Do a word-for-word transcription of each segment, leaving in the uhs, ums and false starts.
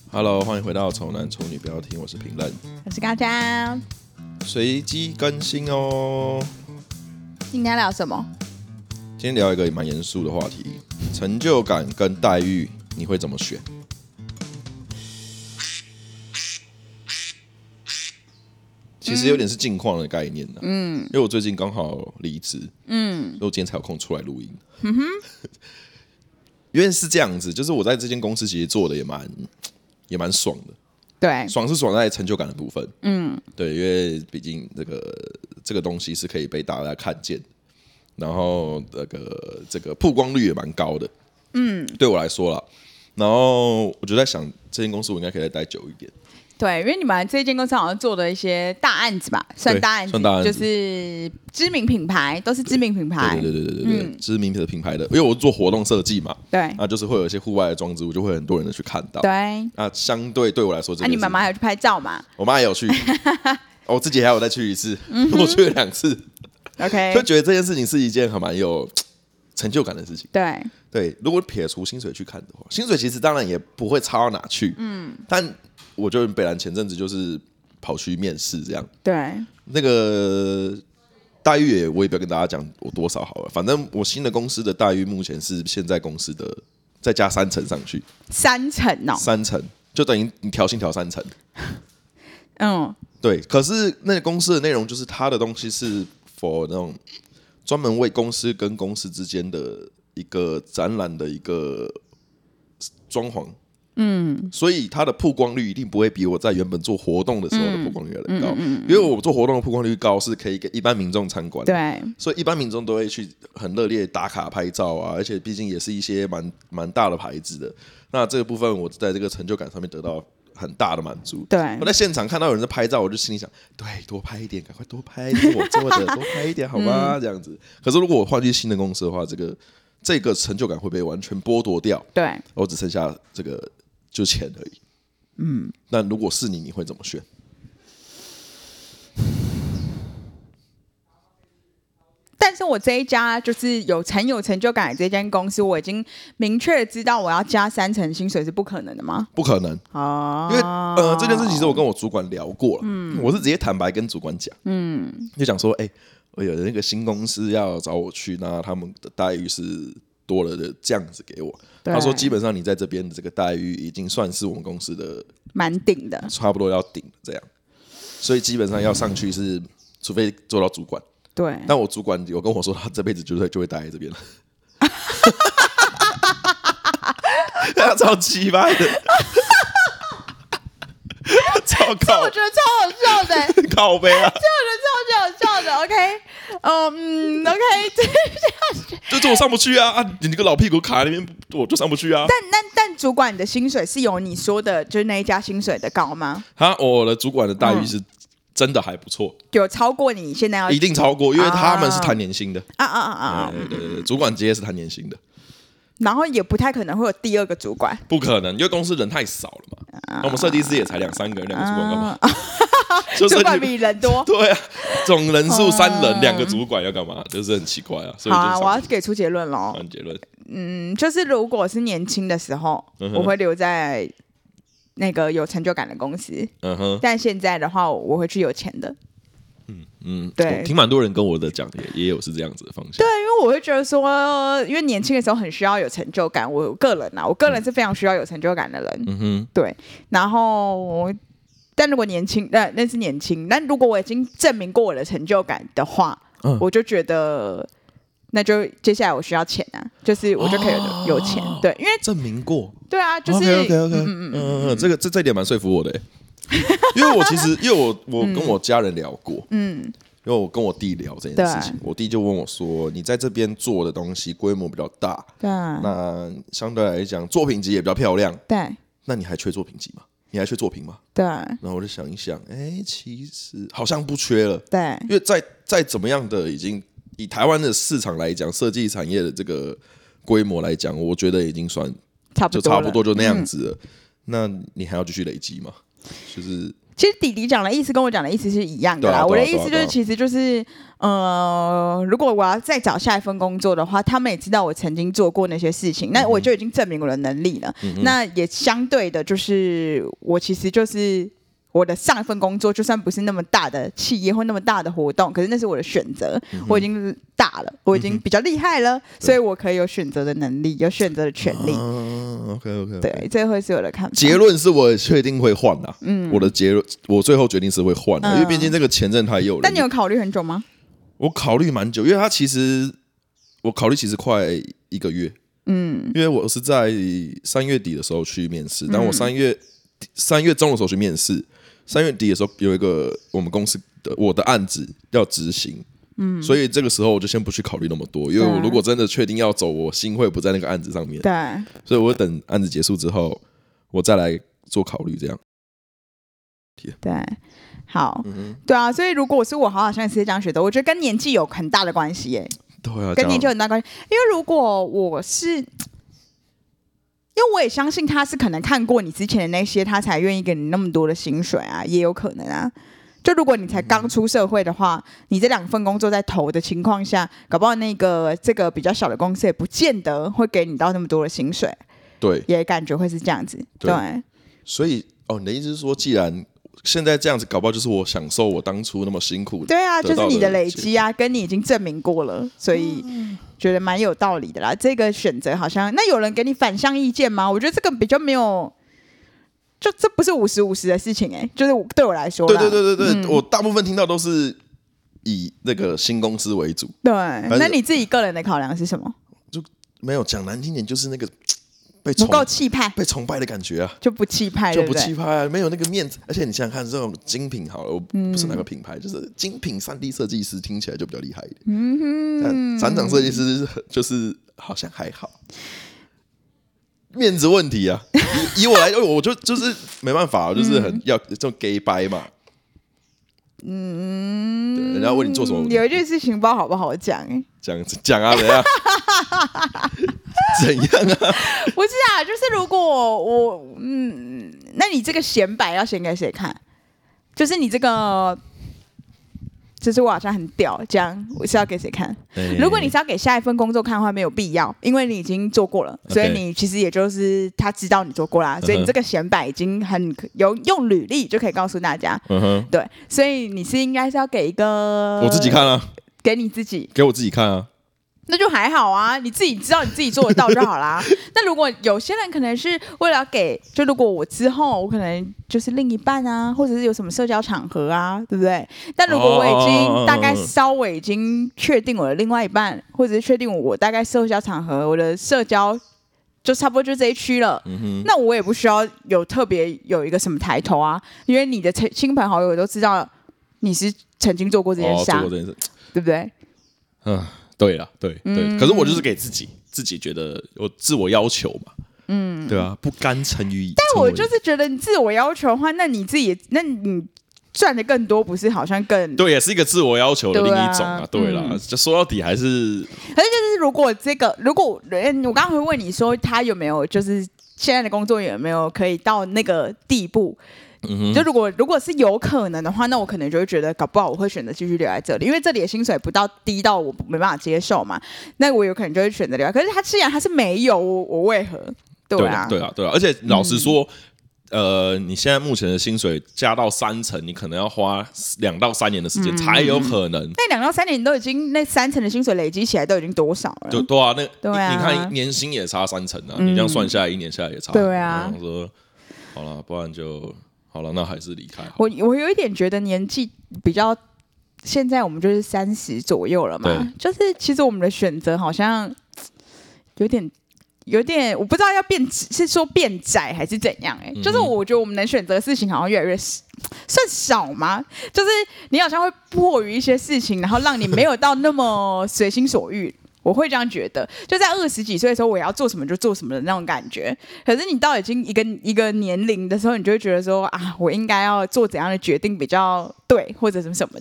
Hello， 欢迎回到丑男丑女不要听，我是评论， 我是高嘉， 随机更新哦。 今天聊什么？ 今天聊一个蛮严肃的话题，成就感跟待遇，你会怎么选？其实有点是近况的概念的，嗯，因为我最近刚好离职，嗯，所以我今天才有空出来录音，嗯哼，因为是这样子，就是我在这间公司其实做的也蛮也蛮爽的， 对， 爽是爽在成就感的部分，嗯，对，因为毕竟这个这个东西是可以被大家看见，然后那个这个曝光率也蛮高的，嗯，对我来说啦，然后我就在想，这间公司我应该可以再待久一点。 对，因为你们这间公司好像做的一些大案子吧，算大案子， 算大案子， 就是知名品牌，都是知名品牌， 对对对对对对，嗯、知名的品牌的，因为我做活动设计嘛， 对， 那就是会有一些户外的装置物，就会很多人的去看到， 对， 那相对对我来说，这啊，你妈妈还有去拍照嘛？ 我妈也有去，我自己还有再去一次，嗯、我去了两次 ，OK， 就觉得这件事情是一件很蛮有成就感的事情， 对对，如果撇除薪水去看的话，薪水其实当然也不会差到哪去，嗯，但我就北兰前阵子就是跑去面试，这样对， 那个待遇也我也不要跟大家讲我多少好了，反正我新的公司的待遇目前是现在公司的再加三成上去， 三成哦， 三成就等于你调薪调三成， 嗯， 对。可是那个公司的内容就是它的东西是 for 那种专门为公司跟公司之间的一个展览的一个装潢。嗯，所以它的曝光率一定不会比我在原本做活动的时候的曝光率来的高，嗯嗯嗯嗯、因为我做活动的曝光率高是可以给一般民众参观， 对， 所以一般民众都会去很热烈打卡拍照啊，而且毕竟也是一些蛮蛮大的牌子的，那这个部分我在这个成就感上面得到很大的满足。 对， 我在现场看到有人在拍照，我就心里想，对，多拍一点，赶快多拍，是我做的，多拍一点好吗？嗯、这样子。可是如果我换去新的公司的话，这个这个成就感会被完全剥夺掉， 对， 我只剩下这个。就钱而已，嗯，那如果是你，你会怎么选？ 但是我这一家就是有很有成就感的这间公司，我已经明确知道我要加三成薪水是不可能的吗？ 不可能哦，因为呃这件事其实我跟我主管聊过了，嗯，我是直接坦白跟主管讲，嗯，就讲说，哎、欸，我有那个新公司要找我去，那他们的待遇是多了的这样子给我。他说：“基本上你在这边的这个待遇已经算是我们公司的蛮顶的， 差不多要顶这样，所以基本上要上去是，除非做到主管。 对， 但我主管有跟我说，他这辈子就会就会待在这边了，他超奇葩的，超靠， 我觉得超好笑的、欸， 靠背啊， 这我觉得超级好笑的 ，OK。” 嗯 ，OK， 就就我上不去啊！啊，你那个老屁股卡在那边，我就上不去啊。 但但但主管你的薪水是有你说的，就是那一家薪水的高吗？ 他我的主管的待遇是真的还不错，嗯、 有超过你现在要一定超过，因为他们是谈年薪的啊啊啊啊！ 对对对，主管阶是谈年薪的， 然后也不太可能会有第二个主管， 不可能，因为公司人太少了嘛。啊、那我们设计师也才两三个人，两个主管干嘛？啊主管比人多， 对啊，总人数三人，两、嗯、个主管要干嘛？就是很奇怪啊。所以好啊，我要给出结论喽。 结论， 嗯，就是如果是年轻的时候，嗯、我会留在那个有成就感的公司。嗯哼，但现在的话，我会去有钱的。 嗯嗯，对，听蛮多人跟我的讲，也也有是这样子的方向。 对，因为我会觉得说，因为年轻的时候很需要有成就感。我个人啊，我个人是非常需要有成就感的人。嗯哼，对，然后。但如果年轻，那那是年轻。但如果我已经证明过我的成就感的话，嗯、我就觉得，那就接下来我需要钱啊，就是我就可以有有钱，哦、对，因为证明过， 对啊，就是 OK OK OK， 嗯嗯嗯嗯，这个这这一点蛮说服我的，因为我其实因为我我跟我家人聊过，嗯，因为我跟我弟聊这件事情，我弟就问我说，你在这边做的东西规模比较大，对，那相对来讲作品集也比较漂亮，对，那你还缺作品集吗？你还缺作品吗？对，然后我就想一想，哎、欸，其实好像不缺了。对，因为再再怎么样的，已经以台湾的市场来讲，设计产业的这个规模来讲，我觉得已经算差不多， 就差不多就那样子了。嗯、那你还要继续累积吗？就是其实弟弟讲的意思跟我讲的意思是一样的啦。 对啊对啊我的意思就是， 对啊对啊其实就是呃，如果我要再找下一份工作的话，他们也知道我曾经做过那些事情，那我就已经证明我的能力了。嗯、那也相对的，就是我其实就是我的上一份工作，就算不是那么大的企业或那么大的活动，可是那是我的选择，嗯、我已经大了，我已经比较厉害了，嗯、所以我可以有选择的能力，有选择的权利。 嗯、OK OK， 对，这会是我的看法。 结论是我确定会换啦。嗯，我的结论，我最后决定是会换的，嗯、因为毕竟这个前任他也有人。 但你有考虑很久吗？ 我考虑蛮久，因为他其实我考虑其实快一个月。嗯，因为我是在三月底的时候去面试，但我三月三月中的时候去面试。三月底的时候有一个我们公司的我的案子要执行，嗯，所以这个时候我就先不去考虑那么多，因为我如果真的确定要走，我心会不在那个案子上面， 对， 所以我会等案子结束之后，我再来做考虑，这样。 对，好，嗯、对啊，所以如果是我，好像也是这样觉得，我觉得跟年纪有很大的关系耶， 对啊， 跟年纪有很大关系，因为如果我是。因为我也相信他是可能看过你之前的那些，他才愿意给你那么多的薪水啊，也有可能啊。就如果你才刚出社会的话，嗯、你这两份工作在投的情况下，搞不好那个这个比较小的公司也不见得会给你到那么多的薪水。 对， 也感觉会是这样子。对，对所以哦，你的意思是说，既然现在这样子，搞不好就是我享受我当初那么辛苦。 对啊，就是你的累积啊，跟你已经证明过了，所以。嗯觉得蛮有道理的啦，这个选择好像那有人给你反向意见吗？我觉得这个比较没有，就这不是五十五十的事情哎、欸，就是对我来说啦， 对对对对对、嗯，我大部分听到都是以那个新公司为主。 对，那你自己个人的考量是什么？ 就没有讲难听点，就是那个被不够气派， 被崇拜的感觉啊， 就不气派， 就不气派啊，没有那个面子。而且你想想看，这种精品好了，我不是哪个品牌，嗯、就是精品三 D 设计师听起来就比较厉害一点。嗯哼，但展场设计师就是好像还好，面子问题啊。以, 以我来，我就就是没办法，就是很要这种 gay 掰嘛。嗯，对，人家问你做什么， 有一件事情不知道好不好讲哎、欸， 讲讲啊，怎样？怎样啊？ 不是啊，就是如果我嗯，那你这个显摆要显给谁看？就是你这个，就是我好像很屌，这样我是要给谁看？欸、如果你是要给下一份工作看的话，没有必要，因为你已经做过了，所以你其实也就是他知道你做过啦， okay. 所以你这个显摆已经很有用履历就可以告诉大家，嗯、对，所以你是应该是要给一个我自己看啊， 给你自己， 给我自己看啊。 那就还好啊，你自己知道你自己做得到就好啦。那如果有些人可能是为了要给，就如果我之后我可能就是另一半啊，或者是有什么社交场合啊，对不对？但如果我已经大概稍微已经确定我的另外一半，或者是确定我大概社交场合我的社交就差不多就这一区了，嗯、那我也不需要有特别有一个什么抬头啊，因为你的亲朋好友都知道你是曾经做过这件事、啊哦，对不对？ 嗯。对啦，对对、嗯，可是我就是给自己自己觉得我自我要求嘛，嗯，对啊，不甘沉于矣。 但我就是觉得你自我要求的话，那你自己那你赚的更多，不是好像更对，也是一个自我要求的另一种啊，对啦，就、嗯、说到底还是， 可是就是如果这个，如果我刚刚会问你说他有没有就是现在的工作有没有可以到那个地步。嗯、就如果如果是有可能的话，那我可能就会觉得搞不好我会选择继续留在这里，因为这里的薪水不到低到我没办法接受嘛，那我有可能就会选择留在。可是他既然他是没有，我我为何？对啊， 对啊，对啊！而且老实说、嗯，呃，你现在目前的薪水加到三成，你可能要花两到三年的时间、嗯、才有可能。 那两到三年，你都已经那三成的薪水累积起来都已经多少了？ 就对啊，那对啊你, 你看年薪也差三成啊、嗯，你这样算下来，一年下来也差。 对啊， 我说好了，不然就。好了，那还是离开好。 我我有一点觉得年纪比较，现在我们就是三十左右了嘛，就是其实我们的选择好像有点有点，我不知道要变是说变窄还是怎样哎、欸嗯，就是我觉得我们能选择的事情好像越来越算少吗？就是你好像会迫于一些事情，然后让你没有到那么随心所欲。我会这样觉得，就在二十几岁的时候，我要做什么就做什么的那种感觉。可是你到已经一个一个年龄的时候，你就会觉得说啊，我应该要做怎样的决定比较对，或者什么什么的。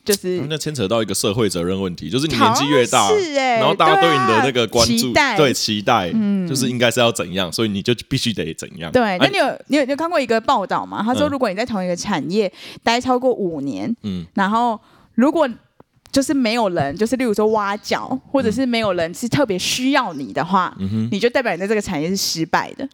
就是那牵扯到一个社会责任问题，就是你年纪越大， 是欸、 然后大家对你的那个关注、 期待对期待、嗯，就是应该是要怎样，所以你就必须得怎样。 对，那、啊、你有你有你有看过一个报道吗？他说，如果你在同一个产业待超过五年，嗯，然后如果就是没有人，就是例如说挖角，或者是没有人是特别需要你的话，嗯、你就代表你在这个产业是失败的。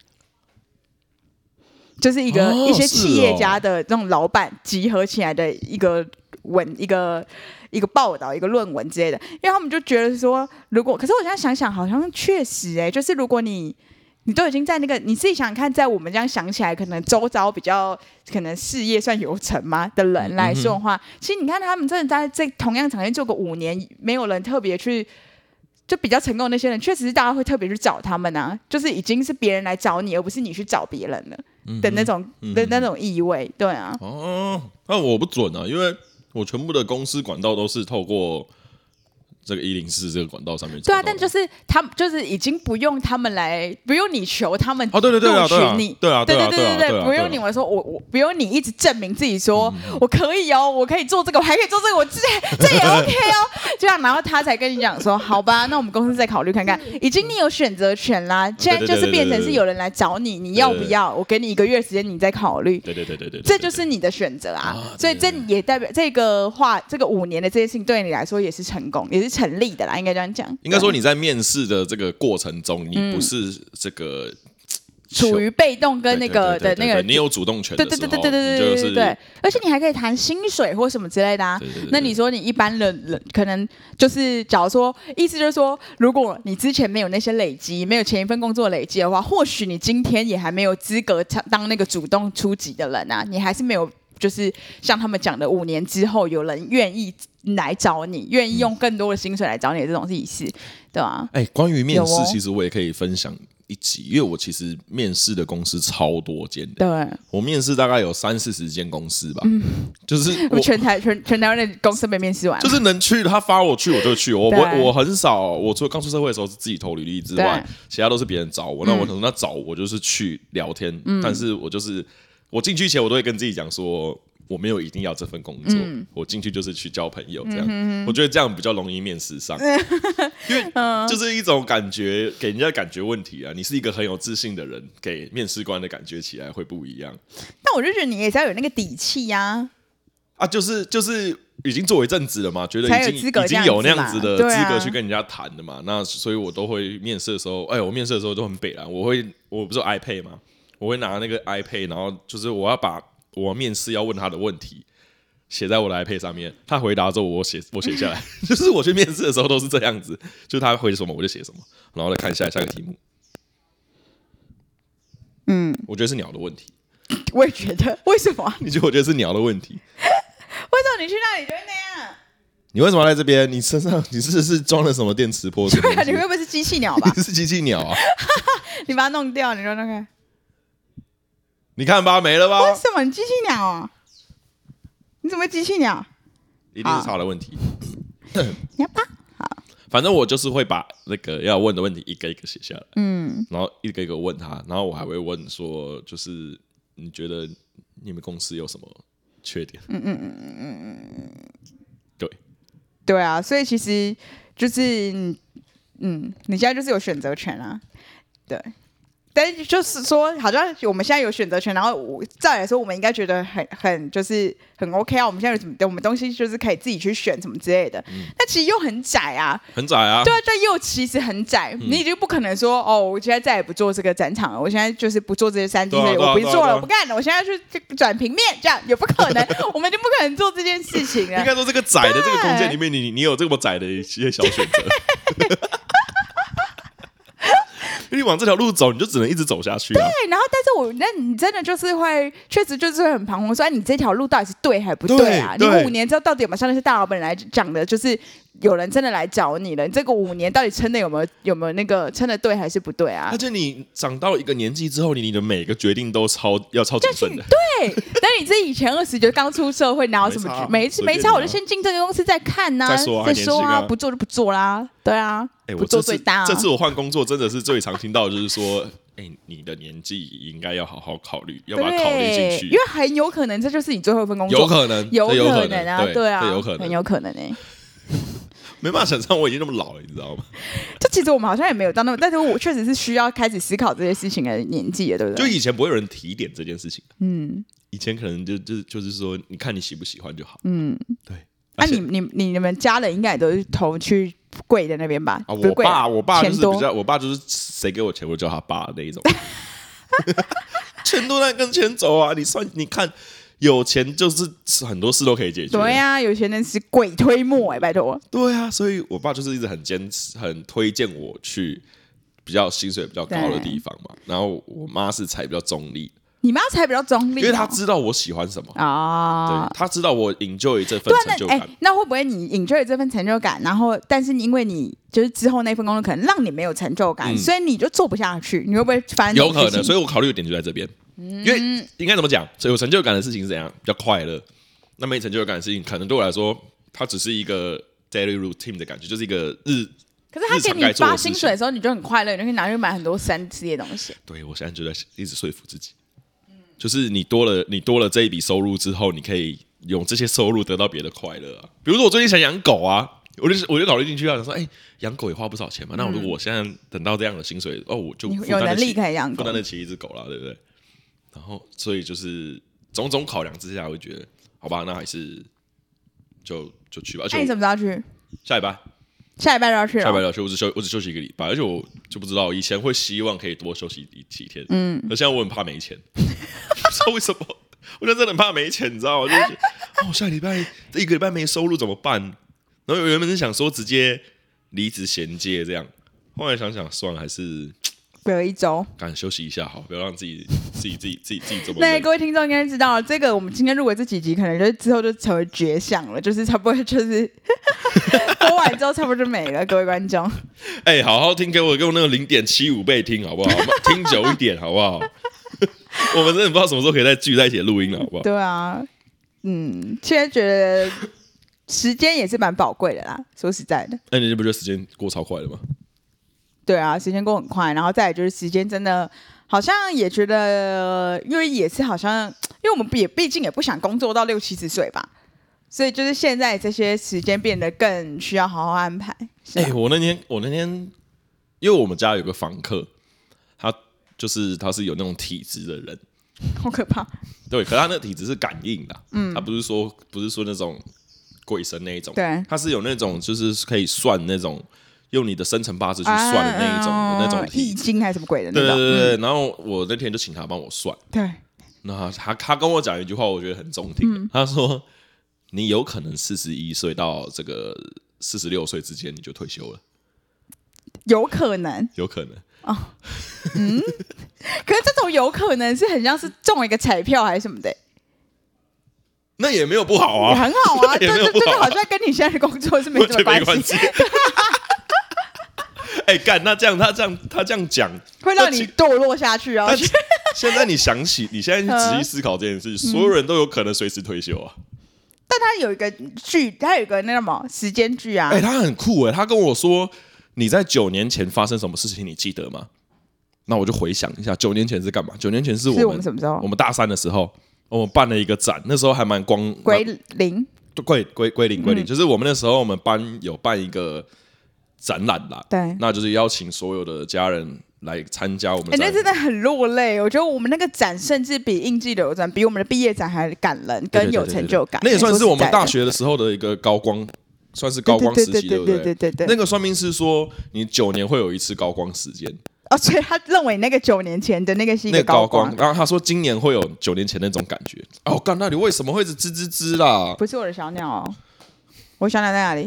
就是一个、哦、一些企业家的这种老板集合起来的一个文一个一个报道一个论文之类的，因为他们就觉得说，如果可是我现在想想，好像确实哎、欸，就是如果你你都已经在那个你自己想想看，在我们这样想起来，可能周遭比较可能事业算有成嘛的人来说的话，嗯、其实你看他们真的在这同样产业做个五年，没有人特别去。就比较成功的那些人，确实是大家会特别去找他们啊，就是已经是别人来找你，而不是你去找别人了的那种、嗯、的那种意味，对啊。 哦，那我不准啊，因为我全部的公司管道都是透过这个一零四这个管道上面。 对啊，但就是他们就是已经不用他们来，不用你求他们哦，对对对啊， 录取你， 对啊， 对对对对对对，不用你们说我我不用你一直证明自己说、嗯、我可以哦，我可以做这个，我还可以做这个，我这这也 OK 哦。这样，然后他才跟你讲说，好吧，那我们公司再考虑看看。已经你有选择权啦，现在就是变成是有人来找你，你要不要？我给你一个月时间，你再考虑。 对对对对对， 这就是你的选择啊。所以这也代表这个话，这个五年的这件事情对你来说也是成功，也是成立的啦，应该这样讲。 应该说你在面试的这个过程中，你不是这个。 处于被动跟那个的那个， 你有主动权的时候， 对对对对对对对对，而且你还可以谈薪水或什么之类的啊。 对对对对， 那你说你一般人人可能就是，假如说意思就是说，如果你之前没有那些累积，没有前一份工作累积的话，或许你今天也还没有资格当那个主动出击的人啊，你还是没有。就是像他们讲的，五年之后有人愿意来找你，愿意用更多的薪水来找你的这种意思，对吧？ 哎、欸，关于面试，其实我也可以分享一集，因为我其实面试的公司超多间的， 对， 我面试大概有三四十间公司吧，嗯、就是我全台全全台湾的公司被面试完， 就是能去他发我去我就去，我我我很少，我除了刚出社会的时候是自己投履历之外，其他都是别人找我，那我可能那找我就是去聊天，嗯、但是我就是。我进去前，我都会跟自己讲说，我没有一定要这份工作，嗯、我进去就是去交朋友，这样、嗯，我觉得这样比较容易面试上，因为就是一种感觉，给人家感觉问题啊。你是一个很有自信的人，给面试官的感觉起来会不一样。 但我就觉得你也是要有那个底气呀、啊。 啊，就是就是已经做一阵子了嘛，觉得已经已经有那样子的资格去跟人家谈的嘛。啊、那所以我都会面试的时候，哎，我面试的时候都很北啦。我会，我不是有 iPad 吗？我会拿那个 iPad， 然后就是我要把我面试要问他的问题写在我的 iPad 上面，他回答之后我写我写下来，就是我去面试的时候都是这样子，就是他回什么我就写什么，然后再看下下一个题目。嗯，我觉得是鸟的问题。 我也觉得，为什么？ 你觉得我觉得是鸟的问题？ 为什么你去那里就会那样？ 你为什么要来这边？你身上你是是装了什么电磁波？ 对啊，你会不会是机器鸟吧？ 你是机器鸟啊！ 你把它弄掉，你说那个。 你看吧，没了吧？ 为什么你机器鸟啊？你怎么会机器鸟？ 一定是他的问题。 鸟吧，好。 反正我就是会把那个要问的问题一个一个写下来，嗯，然后一个一个问他，然后我还会问说，就是你觉得你们公司有什么缺点？嗯嗯嗯嗯嗯嗯，对， 对啊，所以其实就是，嗯，你现在就是有选择权啊，对。但是就是说，好像我们现在有选择权，然后我照来说，我们应该觉得很很就是很 OK 啊。我们现在有什么，我们东西就是可以自己去选什么之类的。嗯、但其实又很窄啊， 很窄啊。 对啊，但又其实很窄，嗯、你已经不可能说哦，我现在再也不做这个展场了，我现在就是不做这些三 D，、啊、我不做了，我不干了，我现在去转平面，这样也不可能，我们就不可能做这件事情了。 应该说，这个窄的这个空间里面，你你有这么窄的一些小选择。因为你往这条路走，你就只能一直走下去、啊。 对，然后但是我那你真的就是会，确实就是会很彷徨，说、啊、你这条路到底是对还不对啊？对你五年之后到底有没有像那些大老板来讲的，就是有人真的来找你了？你这个五年到底撑的有没有有没有那个撑的对还是不对啊？ 而且你长到一个年纪之后，你你的每个决定都超要超谨慎的。 对，但你自己以前二十就刚出社会，哪有什么每一次没差，我就先进这个公司再看呐、啊， 再说啊， 再说啊，不做就不做啦，对啊。 欸、我这次这次我换工作真的是最常听到的就是说， 哎、欸，你的年纪应该要好好考虑，要把它考虑进去， 因为很有可能这就是你最后一份工作， 有可能， 有可能啊，对啊， 有可能， 很有可能哎、欸。 没办法想象我已经那么老了，你知道吗？ 就其实我们好像也没有到那么，但是我确实是需要开始思考这些事情的年纪了，对不对？ 就以前不会有人提点这件事情， 嗯， 以前可能就就就是说，你看你喜不喜欢就好， 嗯， 对。 那、啊、你你你你们家人应该也都是投去贵的那边吧？ 啊，我爸我爸就是比较，我爸就是谁给我钱我就叫他爸的那一种，钱都在跟钱走啊！你算你看。有钱就是很多事都可以解决。 对啊，有钱人是鬼推磨哎、欸，拜托。 对啊，所以我爸就是一直很坚持，很推荐我去比较薪水比较高的地方嘛。然后我妈是采比较中立。 你妈才比较中立、哦， 因为她知道我喜欢什么啊，对，她知道我 enjoy 这份成就感。 那, 那会不会你 enjoy 这份成就感，然后但是因为你就是之后那份工作可能让你没有成就感，嗯、所以你就做不下去？你会不会发生？ 有可能，所以我考虑的点就在这边。因为应该怎么讲？有成就感的事情是怎样？比较快乐。那没成就感的事情，可能对我来说，它只是一个 daily routine 的感觉，就是一个日。 可是他给你发薪水的时候，你就很快乐，你就可以拿去买很多三 C 的东西。 对，我现在就在一直说服自己，嗯、就是你多了，你多了这一笔收入之后，你可以用这些收入得到别的快乐啊。比如说，我最近想养狗啊，我就我就考虑进去啊，想说，哎、欸，养狗也花不少钱嘛。那如果我现在等到这样的薪水，哦，我就有能力可以养狗， 负担得起一只狗啦，对不对？然后，所以就是种种考量之下，我就觉得，好吧，那还是就就去吧。 那你什么时候要去？ 下礼拜。 下礼拜就要去了。 下礼拜就要去，我只休我只休息一个礼拜，而且我就不知道，以前会希望可以多休息几天，嗯，可现在我很怕没钱，不知道为什么，我真的很怕没钱，你知道吗？就是哦，下礼拜这一个礼拜没收入怎么办？然后原本是想说直接离职衔接这样，后来想想算了，还是。 隔一周， 赶休息一下好，不要让自己自己自己自己自己这么累。 那各位听众应该知道了，这个我们今天录的这几集，可能就是之后就成为绝响了，就是差不多就是播完之后差不多就没了。各位观众， 哎、欸，好好听，给我给我那个零点七五倍听好不好？听久一点好不好？我们真的不知道什么时候可以再聚在一起录音了，好不好？ 对啊，嗯，现在觉得时间也是蛮宝贵的啦，说实在的。 那、欸、你不觉得时间过超快了吗？ 对啊，时间过很快，然后再来就是时间真的好像也觉得，因为也是好像，因为我们也毕竟也不想工作到六七十岁吧，所以就是现在这些时间变得更需要好好安排。哎、 欸，我那天我那天，因为我们家有个房客，他就是他是有那种体质的人， 好可怕。 对，可是他那个体质是感应的，嗯，他不是说不是说那种鬼神那一种， 对， 他是有那种就是可以算那种。用你的生辰八字去算的那一种、啊、那种易经还是什么鬼的那种， 对对对、嗯、然后我那天就请他帮我算， 对， 那他他跟我讲一句话，我觉得很中听、嗯。他说：“你有可能四十一岁到这个四十六岁之间你就退休了， 有可能， 有可能哦，嗯，可是这种有可能是很像是中了一个彩票还是什么的、欸。” 那也没有不好啊， 也很好啊，这这这个好像跟你现在的工作是没什么关系。 哎，干，那这样他这样他这样讲， 会让你堕落下去啊！ 现在你想起，你现在去仔细思考这件事，所有人都有可能随时退休啊。 但他有一个剧，他有一个那个什么时间剧啊。 哎，他很酷哎，他跟我说你在九年前发生什么事情，你记得吗？那我就回想一下，九年前是干嘛？九年前是我们是我们什么时候？ 我们大三的时候。我们办了一个展，那时候还蛮光归零， 归归归零归零，就是我们那时候我们班有办一个展览啦， 对， 那就是邀请所有的家人来参加我们的展。 哎、欸，那真的很落泪。我觉得我们那个展甚至比应季流展、比我们的毕业展还感人，跟有成就感。 对对对对对，那也算是我们大学的时候的一个高光，算是高光时期，对不对？对对对。那个算命是说，你九年会有一次高光时间。 哦，所以他认为那个九年前的那个是一个高光， 那個、然后他说今年会有九年前那种感觉。哦，干，那你为什么会一直吱吱吱啦？ 不是我的小鸟哦，我小鸟在哪里？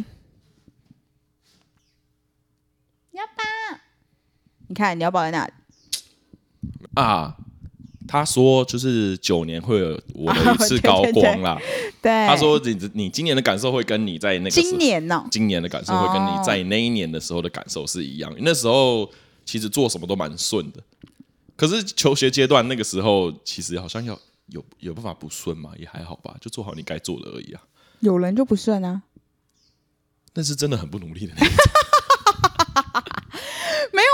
鸟宝，你看鸟宝在哪里？ 啊，他说就是九年会有我的一次高光啦。哦、对, 對, 對， 他说你你今年的感受会跟你在那个今年呢、哦， 今年的感受会跟你在那一年的时候的感受是一样。那时候。其实做什么都蛮顺的，可是求学阶段那个时候，其实好像要有有办法不顺嘛，也还好吧，就做好你该做的而已啊。 有人就不顺啊， 但是真的很不努力的那种。 没有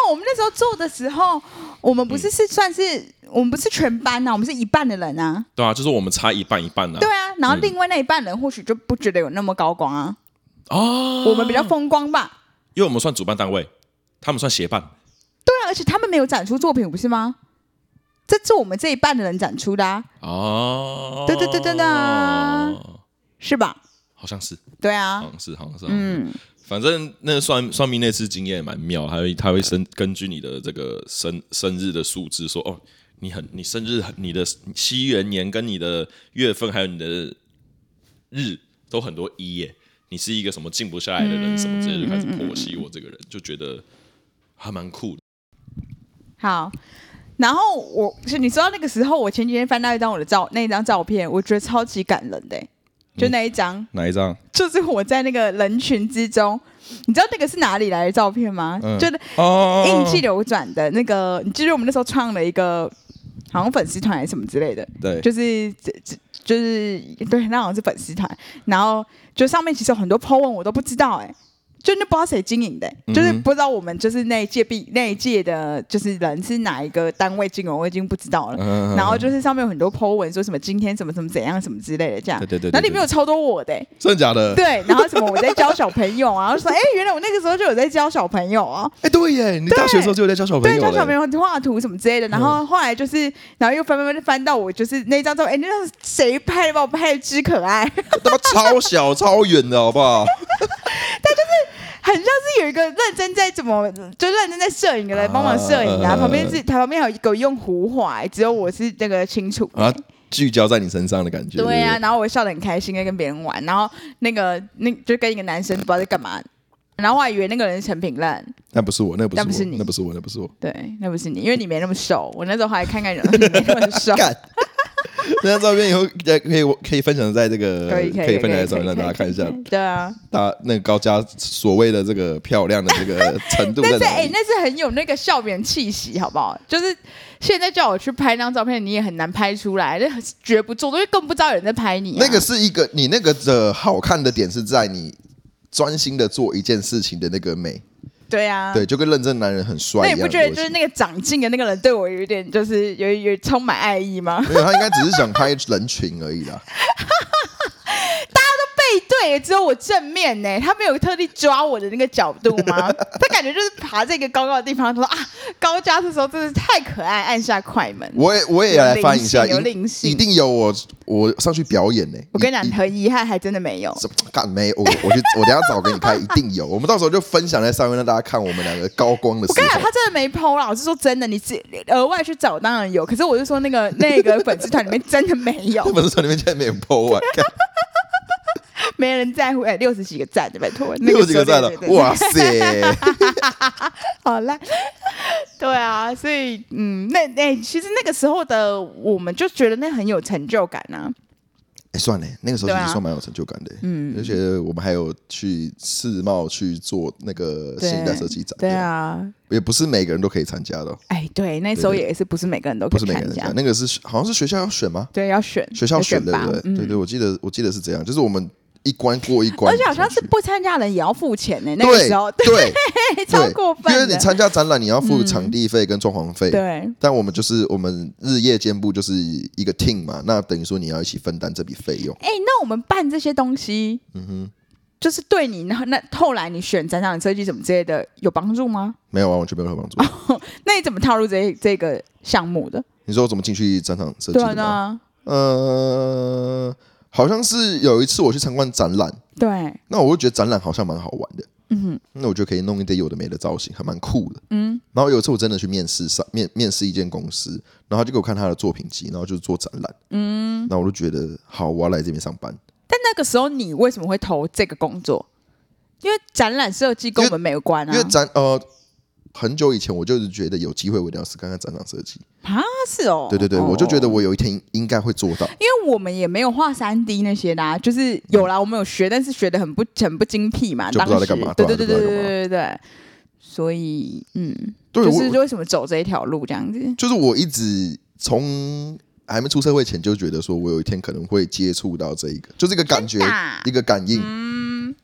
有，我们那时候做的时候，我们不是是算是、嗯、我们不是全班啊，我们是一半的人啊。 对啊，就是我们差一半一半啊。 对啊，然后另外那一半人或许就不觉得有那么高光啊。 哦， 我们比较风光吧， 因为我们算主办单位，他们算协办。 对啊，而且他们没有展出作品，不是吗？这是我们这一半的人展出的啊。 哦， 对对对对对啊，是吧？ 好像是。 对啊， 好像是，好像是。嗯，反正那算算命那次经验也蛮妙，还有他会生根据你的这个生生日的数字说，哦，你很你生日你的西元年跟你的月份还有你的日都很多一耶，你是一个什么静不下来的人，嗯、什么之类的，就开始剖析我这个人，就觉得还蛮酷的。 好。然后我，你知道那个时候，我前几天翻到一张我的照，那一张照片，我觉得超级感人的、欸，就那一张、嗯。 哪一张？就是我在那个人群之中，你知道那个是哪里来的照片吗？嗯、就是印记流转的那个，你记得我们那时候创了一个好像粉丝团还是什么之类的， 对， 就是就是对，那好像是粉丝团，然后就上面其实有很多 po 文我都不知道、欸，哎。就那不知道谁经营的、欸嗯，就是不知道我们就是那一届毕那一届的，就是人是哪一个单位经营，我已经不知道了。嗯、然后就是上面有很多 po 文，说什么今天什么什么怎样什么之类的这样。 对对 对, 对。 然后里面有超多我的、欸， 真的假的？ 对，然后什么我在教小朋友啊，然后说哎、欸，原来我那个时候就有在教小朋友啊。 哎、欸，对耶，你大学的时候就有在教小朋友、欸， 对，教小朋友画图什么之类的。然后后来就是，然后又翻翻翻翻到我就是那张照片，哎、欸，那谁拍的？把我拍的之可爱， 他妈超小超远的好不好？ 但就是。很像是有一个认真在怎么，就认真在摄影的人帮忙摄影啊，啊旁边是他旁边还有一个用胡画、欸，只有我是那个清楚， 然后聚焦在你身上的感觉。 对啊， 对对， 然后我笑得很开心，在跟别人玩，然后那个那就跟一个男生不知道在干嘛，然后我还以为那个人是陈品任， 那不是我，那不是我， 那不是你， 那不是我，那不是我， 对，那不是你，因为你没那么瘦，我那时候还看看人，你没那么瘦。 那张照片以后可以可以分享在这个可以可以分享在上面让大家看一下。 对啊， 大那个高家所谓的这个漂亮的这个程度在哪里？ 但是哎、欸，那是很有那个校园气息，好不好？就是现在叫我去拍那张照片，你也很难拍出来，就绝不做，因为更不知道有人在拍你、啊。 那个是一个你那个的好看的点是在你专心的做一件事情的那个美。 对啊， 对，就跟认真男人很帅一样。 那你不觉得就是那个长进的那个人对我有一点就是有有充满爱意吗？ 没有，他应该只是想拍人群而已啦。 大家都背对，只有我正面呢，他没有特地抓我的那个角度吗？他感觉就是爬在一个高高的地方，他说啊，高家这时候真是太可爱，按下快门。 我也我也来翻一下， 有灵性， 一定有我我上去表演呢。 我跟你讲，很遗憾，还真的没有。 干没我我去我等一下找给你看，一定有。我们到时候就分享在上面，让大家看我们两个高光的时候。 我跟你讲，他真的没 po 啦。我是说真的，你额外去找当然有，可是我是说那个那个粉丝团里面真的没有。 粉丝团里面竟然没有 po 啊！ 没人在乎，哎、欸，六十几个赞的，拜托， 六十几个赞了，哇塞！ 好啦，对啊，所以嗯，那那、欸、其实那个时候的我们就觉得那很有成就感啊。 哎、欸，算了，那个时候其实算蛮有成就感的、欸，嗯，而且我们还有去世贸去做那个新一代设计展， 对啊， 也不是每个人都可以参加的、喔。 哎、欸，对，那时候也是不是每个人都可以参加，不是每个人参加， 那个是好像是学校要选吗？ 对，要选， 学校选的，对不对？ 嗯、 对对，我记得我记得是这样，就是我们。一关过一关， 而且好像是不参加的人也要付钱呢、欸。那个时候， 对， 对超过分的。 因为你参加展览，你要付场地费跟装潢费、嗯。 对。 但我们就是我们日夜兼部，就是一个 team 嘛，那等于说你要一起分担这笔费用。 哎、欸，那我们办这些东西，嗯哼，就是对你那那后来你选展场设计什么之类的有帮助吗？ 没有啊，完全没有帮助。 那你怎么踏入这这个项目的？ 你说我怎么进去展场设计的吗？ 对啊， 呃。好像是有一次我去参观展览， 对， 那我就觉得展览好像蛮好玩的，嗯哼，那我就可以弄一堆有的没的造型，还蛮酷的，嗯。然后有一次我真的去面试上面面试一间公司，然后他就给我看他的作品集，然后就是做展览，嗯。那我就觉得好，我要来这边上班。 但那个时候你为什么会投这个工作？因为展览设计跟我们没有关啊。 因为展呃。很久以前我就是觉得有机会我一定要试看看展场设计啊，是哦， 对对对，哦、我就觉得我有一天应该会做到， 因为我们也没有画三 D 那些啦，就是有啦，我们有学，但是学的很不很不精辟嘛， 就不知道在干嘛， 对对对对对对对对，所以嗯，对就是为什么走这一条路这样子， 就是我一直从还没出社会前就觉得说我有一天可能会接触到这一个，就是一个感觉，一个感应。嗯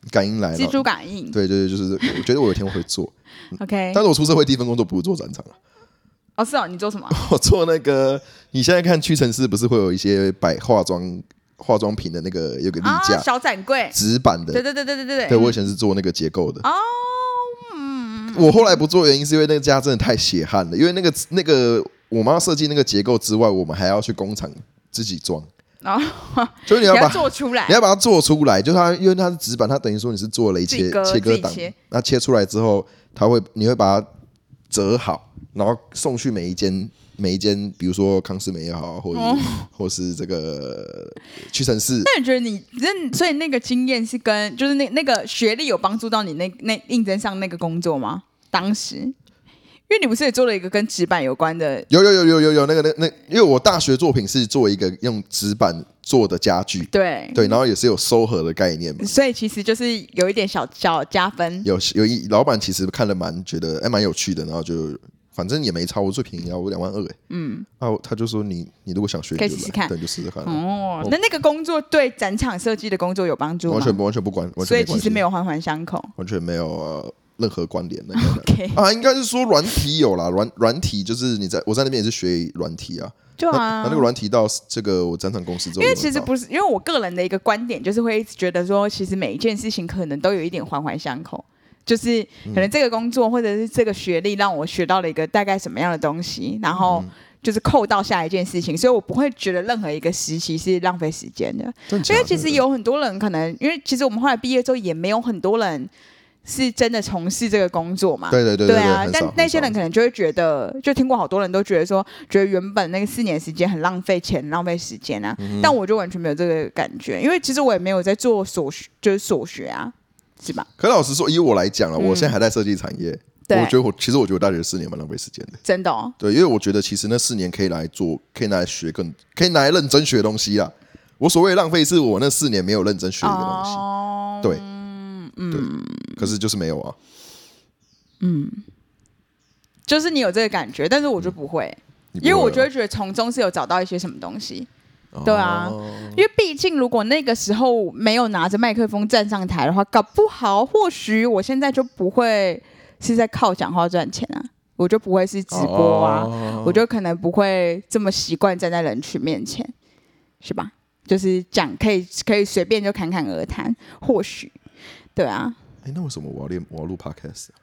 感应来， 蜘蛛感应， 对对对，就是我觉得我有一天我会做 ，OK。 但是我出社会第一份工作不是做展场了。 哦，是哦，你做什么？ 我做那个，你现在看屈臣氏不是会有一些摆化妆化妆品的那个有个立架、 啊、小展柜， 纸板的， 对对对对对对。 对我以前是做那个结构的。 哦，嗯。 我后来不做原因是因为那个家真的太血汗了，因为那个那个我们要设计那个结构之外，我们还要去工厂自己装。哦，就是你要把你要做出来， 你要把它做出来，就是它，因为它是纸板，它等于说你是做了一切切割档，那切出来之后，它会你会把它折好，然后送去每一间每一间，比如说康是美也好，或者是、哦、或是这个屈臣氏。 那你觉得你那所以那个经验是跟就是那那个学历有帮助到你那那应征上那个工作吗？当时？因为你不是也做了一个跟纸板有关的？ 有有有有有有那个那那，因为我大学作品是做一个用纸板做的家具， 对对，然后也是有收合的概念嘛， 所以其实就是有一点小小加分。 有有一老板其实看了蛮觉得哎蛮有趣的，然后就反正也没差，我最便宜要我两万二哎，嗯，啊他就说你你如果想学可以试试看， 对，就试试看。 哦，那那个工作对展场设计的工作有帮助吗？ 完全完全不关，完全所以其实没有环环相扣， 完全没有。呃任何关联的 ，OK 啊，应该是说软体有啦，软软体就是你在我在那边也是学软体啊， 就啊， 那, 那那个软体到这个我展场公司之后， 因为其实不是，因为我个人的一个观点就是会一直觉得说，其实每一件事情可能都有一点环环相扣，就是可能这个工作或者是这个学历让我学到了一个大概什么样的东西，然后就是扣到下一件事情，所以我不会觉得任何一个实习是浪费时间的，因为其实有很多人可能，因为其实我们后来毕业之后也没有很多人。是真的从事这个工作嘛？ 对对对对, 对啊！ 但那些人可能就会觉得，就听过好多人都觉得说，觉得原本那个四年时间很浪费钱、浪费时间啊、嗯。但我就完全没有这个感觉，因为其实我也没有在做所学，就是所学啊，是吧？ 可老实说，以我来讲啊、嗯，我现在还在设计产业，我觉得我其实我觉得大学四年蛮浪费时间的， 真的哦。 对，因为我觉得其实那四年可以来做，可以拿来学更，可以拿来认真学东西啦。我所谓的浪费，是我那四年没有认真学一个东西，哦、对。嗯，对，可是就是没有啊。 嗯，就是你有这个感觉，但是我就不会，嗯、不会因为我就会觉得从中是有找到一些什么东西。哦、对啊，因为毕竟如果那个时候没有拿着麦克风站上台的话，搞不好或许我现在就不会是在靠讲话赚钱啊，我就不会是直播啊，哦、我就可能不会这么习惯站在人群面前，是吧？就是讲可以可以随便就侃侃而谈，或许。对啊， 哎，那为什么我要练我要录 podcast 啊？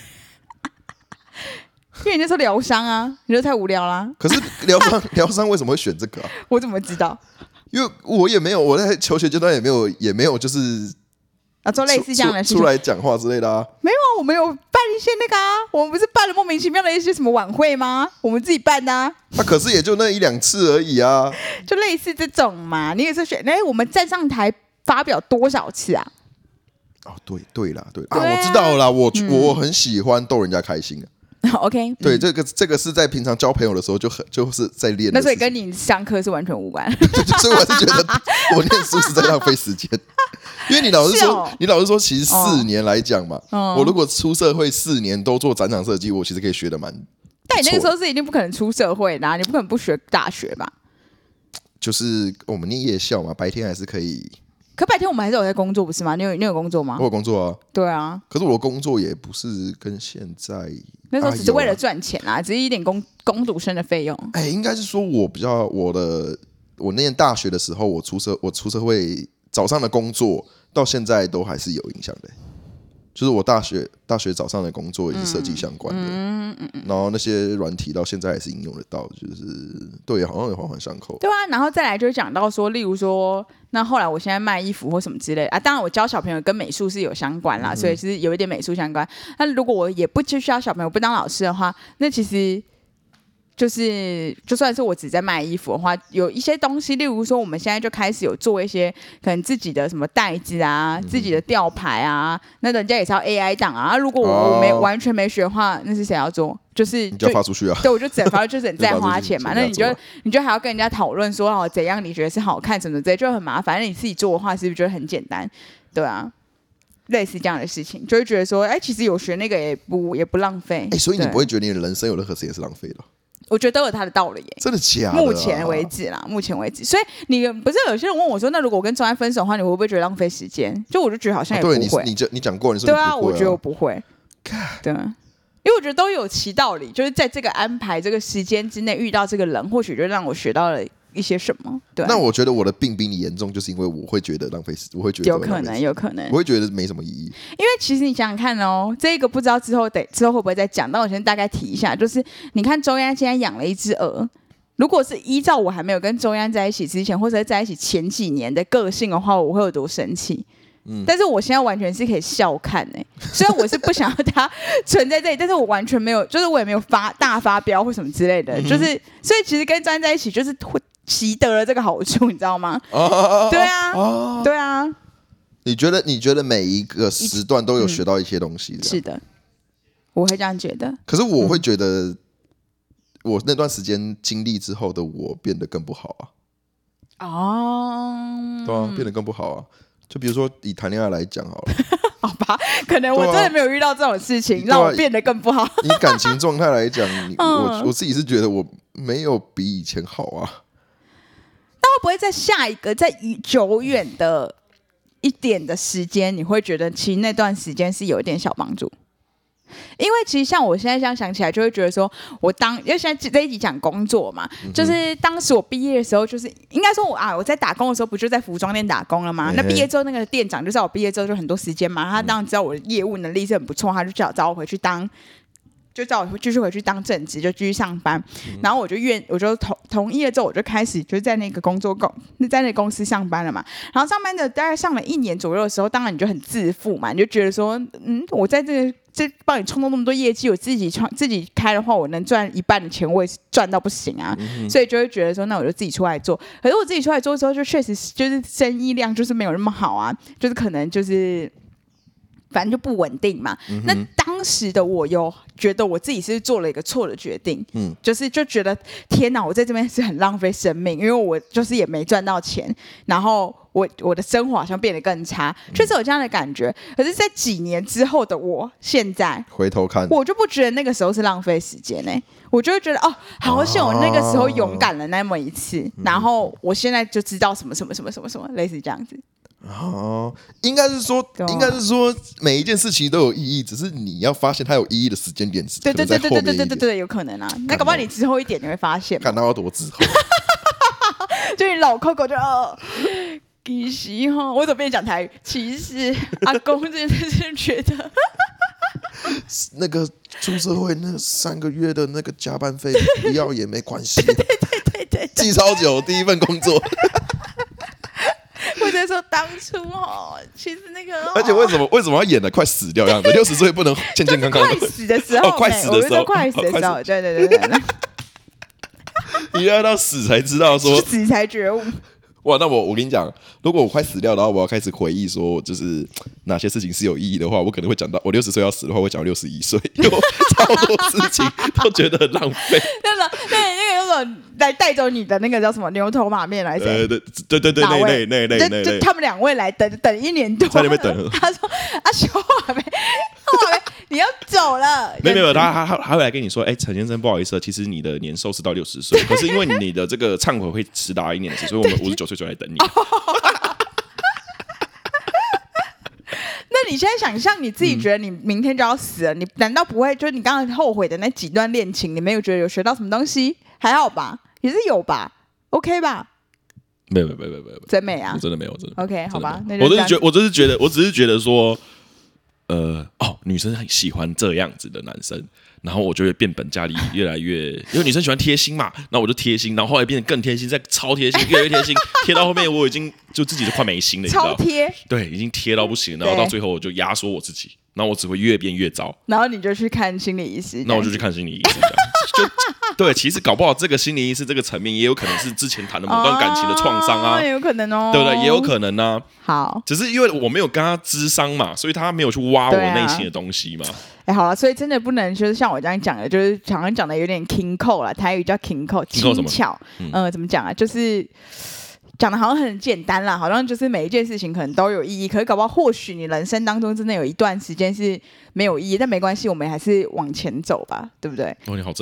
因为你那时候疗伤啊，你就太无聊啦。 可是疗伤疗伤为什么会选这个啊？ 我怎么知道？ 因为我也没有，我在求学阶段也没有也没有就是啊做类似这样的事情出来讲话之类的啊。 没有啊，我们有办一些那个啊，我们不是办了莫名其妙的一些什么晚会吗？我们自己办的啊。 那、啊、可是也就那一两次而已啊。 就类似这种嘛，你也是选哎，我们站上台发表多少次啊？ 哦，对对啦，对啊，我知道了啦，我、嗯、我很喜欢逗人家开心啊。 OK， 对，嗯、这个这个是在平常交朋友的时候就很就是在练。 那所以跟你上课是完全无关。 所以我是觉得我念书是在浪费时间，因为你老是说，哦、你老是说，其实四年来讲嘛、哦，我如果出社会四年都做展场设计，我其实可以学的蛮。 但你那个时候是一定不可能出社会的、啊，你不可能不学大学吧？ 就是我们念夜校嘛，白天还是可以。 可白天我们还是有在工作，不是吗？你有你有工作吗？ 我有工作啊。 对啊。 可是我的工作也不是跟现在那时候只是为了赚钱啊，啊只是一点工工读生的费用。 哎、欸，应该是说我比较我的我念大学的时候，我出社我出社会早上的工作到现在都还是有影响的。就是我大学大学早上的工作也是设计相关的，嗯嗯嗯、然后那些软体到现在还是应用得到，就是对，好像也环环相扣。 对啊，然后再来就讲到说，例如说，那后来我现在卖衣服或什么之类啊，当然我教小朋友跟美术是有相关啦，嗯、所以是有一点美术相关。那如果我也不去教小朋友，不当老师的话，那其实。就是就算是我只在卖衣服的话，有一些东西，例如说我们现在就开始有做一些可能自己的什么袋子啊、嗯、自己的吊牌啊，那人家也是要 A I 档啊。如果我我没、哦、完全没学的话，那是谁要做？就是你就要发出去啊。 对，我就只能发，就只能再花钱嘛。那你就你就还要跟人家讨论说哦怎样你觉得是好看什么之类，就很麻烦。那你自己做的话，是不是觉得很简单？对啊。类似这样的事情，就会觉得说，哎，其实有学那个也不也不浪费。 哎，所以你不会觉得你的人生有任何时间是浪费的？ 我觉得都有他的道理耶， 真的假的、啊？ 目前为止啦，目前为止，所以你不是有些人问我说，那如果我跟钟安分手的话，你会不会觉得浪费时间？就我就觉得好像也不会。 啊、对你，你你讲过，你说你不会、啊、对啊， 我觉得我不会。对，因为我觉得都有其道理，就是在这个安排这个时间之内遇到这个人，或许就让我学到了一些什么。对， 那我觉得我的病比你严重，就是因为我会觉得浪费时，我会觉得有可能，有可能， 我会觉得没什么意义。 因为其实你想想看哦，这个不知道之后得之后会不会再讲，但我先大概提一下，就是你看周安现在养了一只鹅。如果是依照我还没有跟周安在一起之前，或者是在一起前几年的个性的话，我会有多生气？嗯，但是我现在完全是可以笑看哎、欸，虽然我是不想要他存在这里，但是我完全没有，就是我也没有发大发飙或什么之类的，嗯、就是所以其实跟周安在一起就是会习得了这个好处，你知道吗？哦、对啊，哦、对啊。 你觉得你觉得每一个时段都有学到一些东西、嗯？ 是的，我会这样觉得。 可是我会觉得。嗯我那段时间经历之后的我变得更不好啊！哦，对啊，变得更不好啊！就比如说以谈恋爱来讲好了， 好吧，可能我真的没有遇到这种事情，啊、让我变得更不好。 以感情状态来讲，嗯、我我自己是觉得我没有比以前好啊。 那会不会在下一个在久远的一点的时间，你会觉得其实那段时间是有一点小帮助？因为其实像我现在这样想起来，就会觉得说，我当因为现在这一集讲工作嘛，嗯、就是当时我毕业的时候，就是应该说我啊，我在打工的时候不就在服装店打工了吗？那毕业之后，那个店长就知道我毕业之后就很多时间嘛，他当然知道我的业务能力是很不错，他就叫找我回去当。就叫我继续回去当正职，就继续上班。嗯、然后我就愿，我就同同意了之后，我就开始就在那个工作公，在那个公司上班了嘛。然后上班的大概上了一年左右的时候，当然你就很自负嘛，你就觉得说，嗯，我在这个这帮你冲动那么多业绩，我自己创自己开的话，我能赚一半的钱，我也是赚到不行啊。嗯、所以就会觉得说，那我就自己出来做。可是我自己出来做之后，就确实就是生意量就是没有那么好啊，就是可能就是。反正就不稳定嘛、嗯、那当时的我有觉得我自己是做了一个错的决定、嗯、就是就觉得天哪，我在这边是很浪费生命，因为我就是也没赚到钱，然后我我的生活好像变得更差，确实有这样的感觉。可是在几年之后的我现在回头看， 我就不觉得那个时候是浪费时间、欸、我就会觉得哦，好险我那个时候勇敢了那么一次、哦、然后我现在就知道什么什么什么什么什么类似这样子。 哦，应该是说，应该是说，每一件事情都有意义，只是你要发现它有意义的时间点是对对对对对对对对对，有可能啊。那搞不好你之后一点你会发现， 看到要多之后， 就你老 Coco 就哦，其实哈，我怎么变讲台语？其实阿公真的是觉得， 那个出社会那三个月的那个加班费不要也没关系， 对对对对对， 记超久，第一份工作。 或者说当初哦，其实那个、哦， 而且为什么为什么要演的快死掉样子？六十岁不能健健康康的。 快死的时候， 哦、快死的时候， 快死的时候，哦、对对对对对。 你要到死才知道说， 死才觉悟。 哇，那我我跟你讲，如果我快死掉，然后我要开始回忆说，就是哪些事情是有意义的话，我可能会讲到我六十岁要死的话，我会讲到六十一岁，因为我超多事情都觉得很浪费。 那个那那个有种来带走你的那个叫什么牛头马面来谁？ 呃，对对对对，那那那那那， 就他们两位来等等一年多， 在那边等。 他说：“啊，小华梅，华梅，你要走了。” 没有没有，他他他会来跟你说：“哎，陈先生，不好意思，其实你的年寿是到六十岁，可是因为你的这个忏悔会迟达一年，所以我们五十九岁就来等你。” 那你现在想象你自己觉得你明天就要死了，嗯、你难道不会？就是你刚刚后悔的那几段恋情，你没有觉得有学到什么东西？还好吧，也是有吧 ，OK 吧？ 没有没有没有没有， 真没啊， 我真的没有，真的 OK 好吧。那我只是觉，我只是觉得，我只是觉得说，呃，哦，女生很喜欢这样子的男生。然后我就会变本加厉，越来越，因为女生喜欢贴心嘛，那我就贴心，然后后来变得更贴心，再超贴心，越来越贴心，贴到后面我已经就自己就快没心了，你知道？ 超贴， 对，已经贴到不行，然后到最后我就压缩我自己，然后我只会越变越糟。 然后你就去看心理医师， 那我就去看心理医师，这样就对，其实搞不好这个心理医师这个层面也有可能是之前谈的某段感情的创伤啊， 也有可能哦， 对不对？也有可能啊。 好， 只是因为我没有跟他諮商嘛，所以他没有去挖我内心的东西嘛。 哎，好了，所以真的不能就是像我这样讲的，就是常常讲的有点 king 扣啦，台语叫 king 扣，轻巧，嗯、呃，怎么讲啊？就是讲的好像很简单啦，好像就是每一件事情可能都有意义，可是搞不好或许你人生当中真的有一段时间是没有意义，但没关系，我们还是往前走吧，对不对？ 哦，你好正面哦。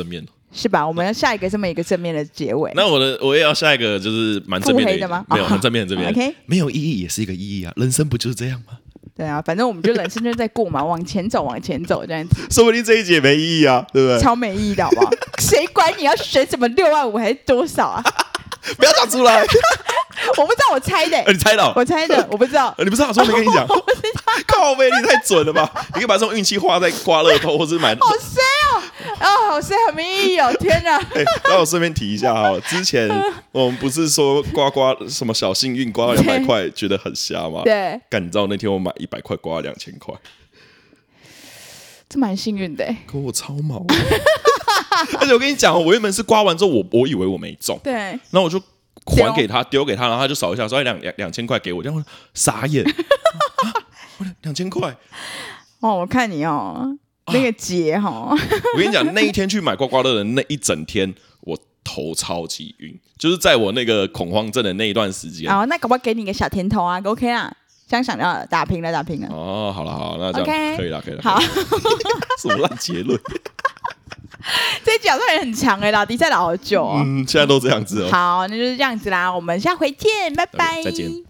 是吧？我们要下一个这么一个正面的结尾。 那我的我也要下一个，就是蛮正面的， 的吗？ 没有，很正面，很正面。 OK， 没有意义也是一个意义啊，人生不就是这样吗？ 对啊，反正我们就人生就在过嘛，往前走，往前走这样子。 说不定这一集也没意义啊，对不对？ 超没意义的，好不好？谁管你要选什么六万五还是多少啊？ 不要讲出来。 我不知道，我猜的、欸呃。你猜的、哦？ 我猜的，我不知道。 你不知道？说没跟你讲。 我不知道。 靠北，你太准了吧！你可以把这种运气花在刮乐透，或是买。 好衰哦！哦，好衰，很没意义哦！天哪！ 欸、那我顺便提一下哈，之前我们不是说刮刮什么小幸运刮到两百块，觉得很瞎吗？ 对。 干，你知道那天我买一百块刮了两千块， 这蛮幸运的、欸。 可我超毛。而且我跟你讲，我原本是刮完之后，我我以为我没中， 对， 然后我就还给他，丢给他，然后他就扫一下，说两两两千块给我，这样傻眼。两千块哦，我看你哦，那个节哈、哦， 我跟你讲，那一天去买刮刮乐的那一整天，我头超级晕，就是在我那个恐慌症的那一段时间。 哦，那搞不好给你个小甜头啊 ，OK 啦。这样想要打平了，打平了。 哦，好了好了，那这样、okay. 可以了，可以了。 好， 什么烂结论？ 这讲段也很长哎、欸，老迪在老好久哦。 嗯，现在都这样子哦。 好，那就是这样子啦，我们下回见，拜拜， 再见。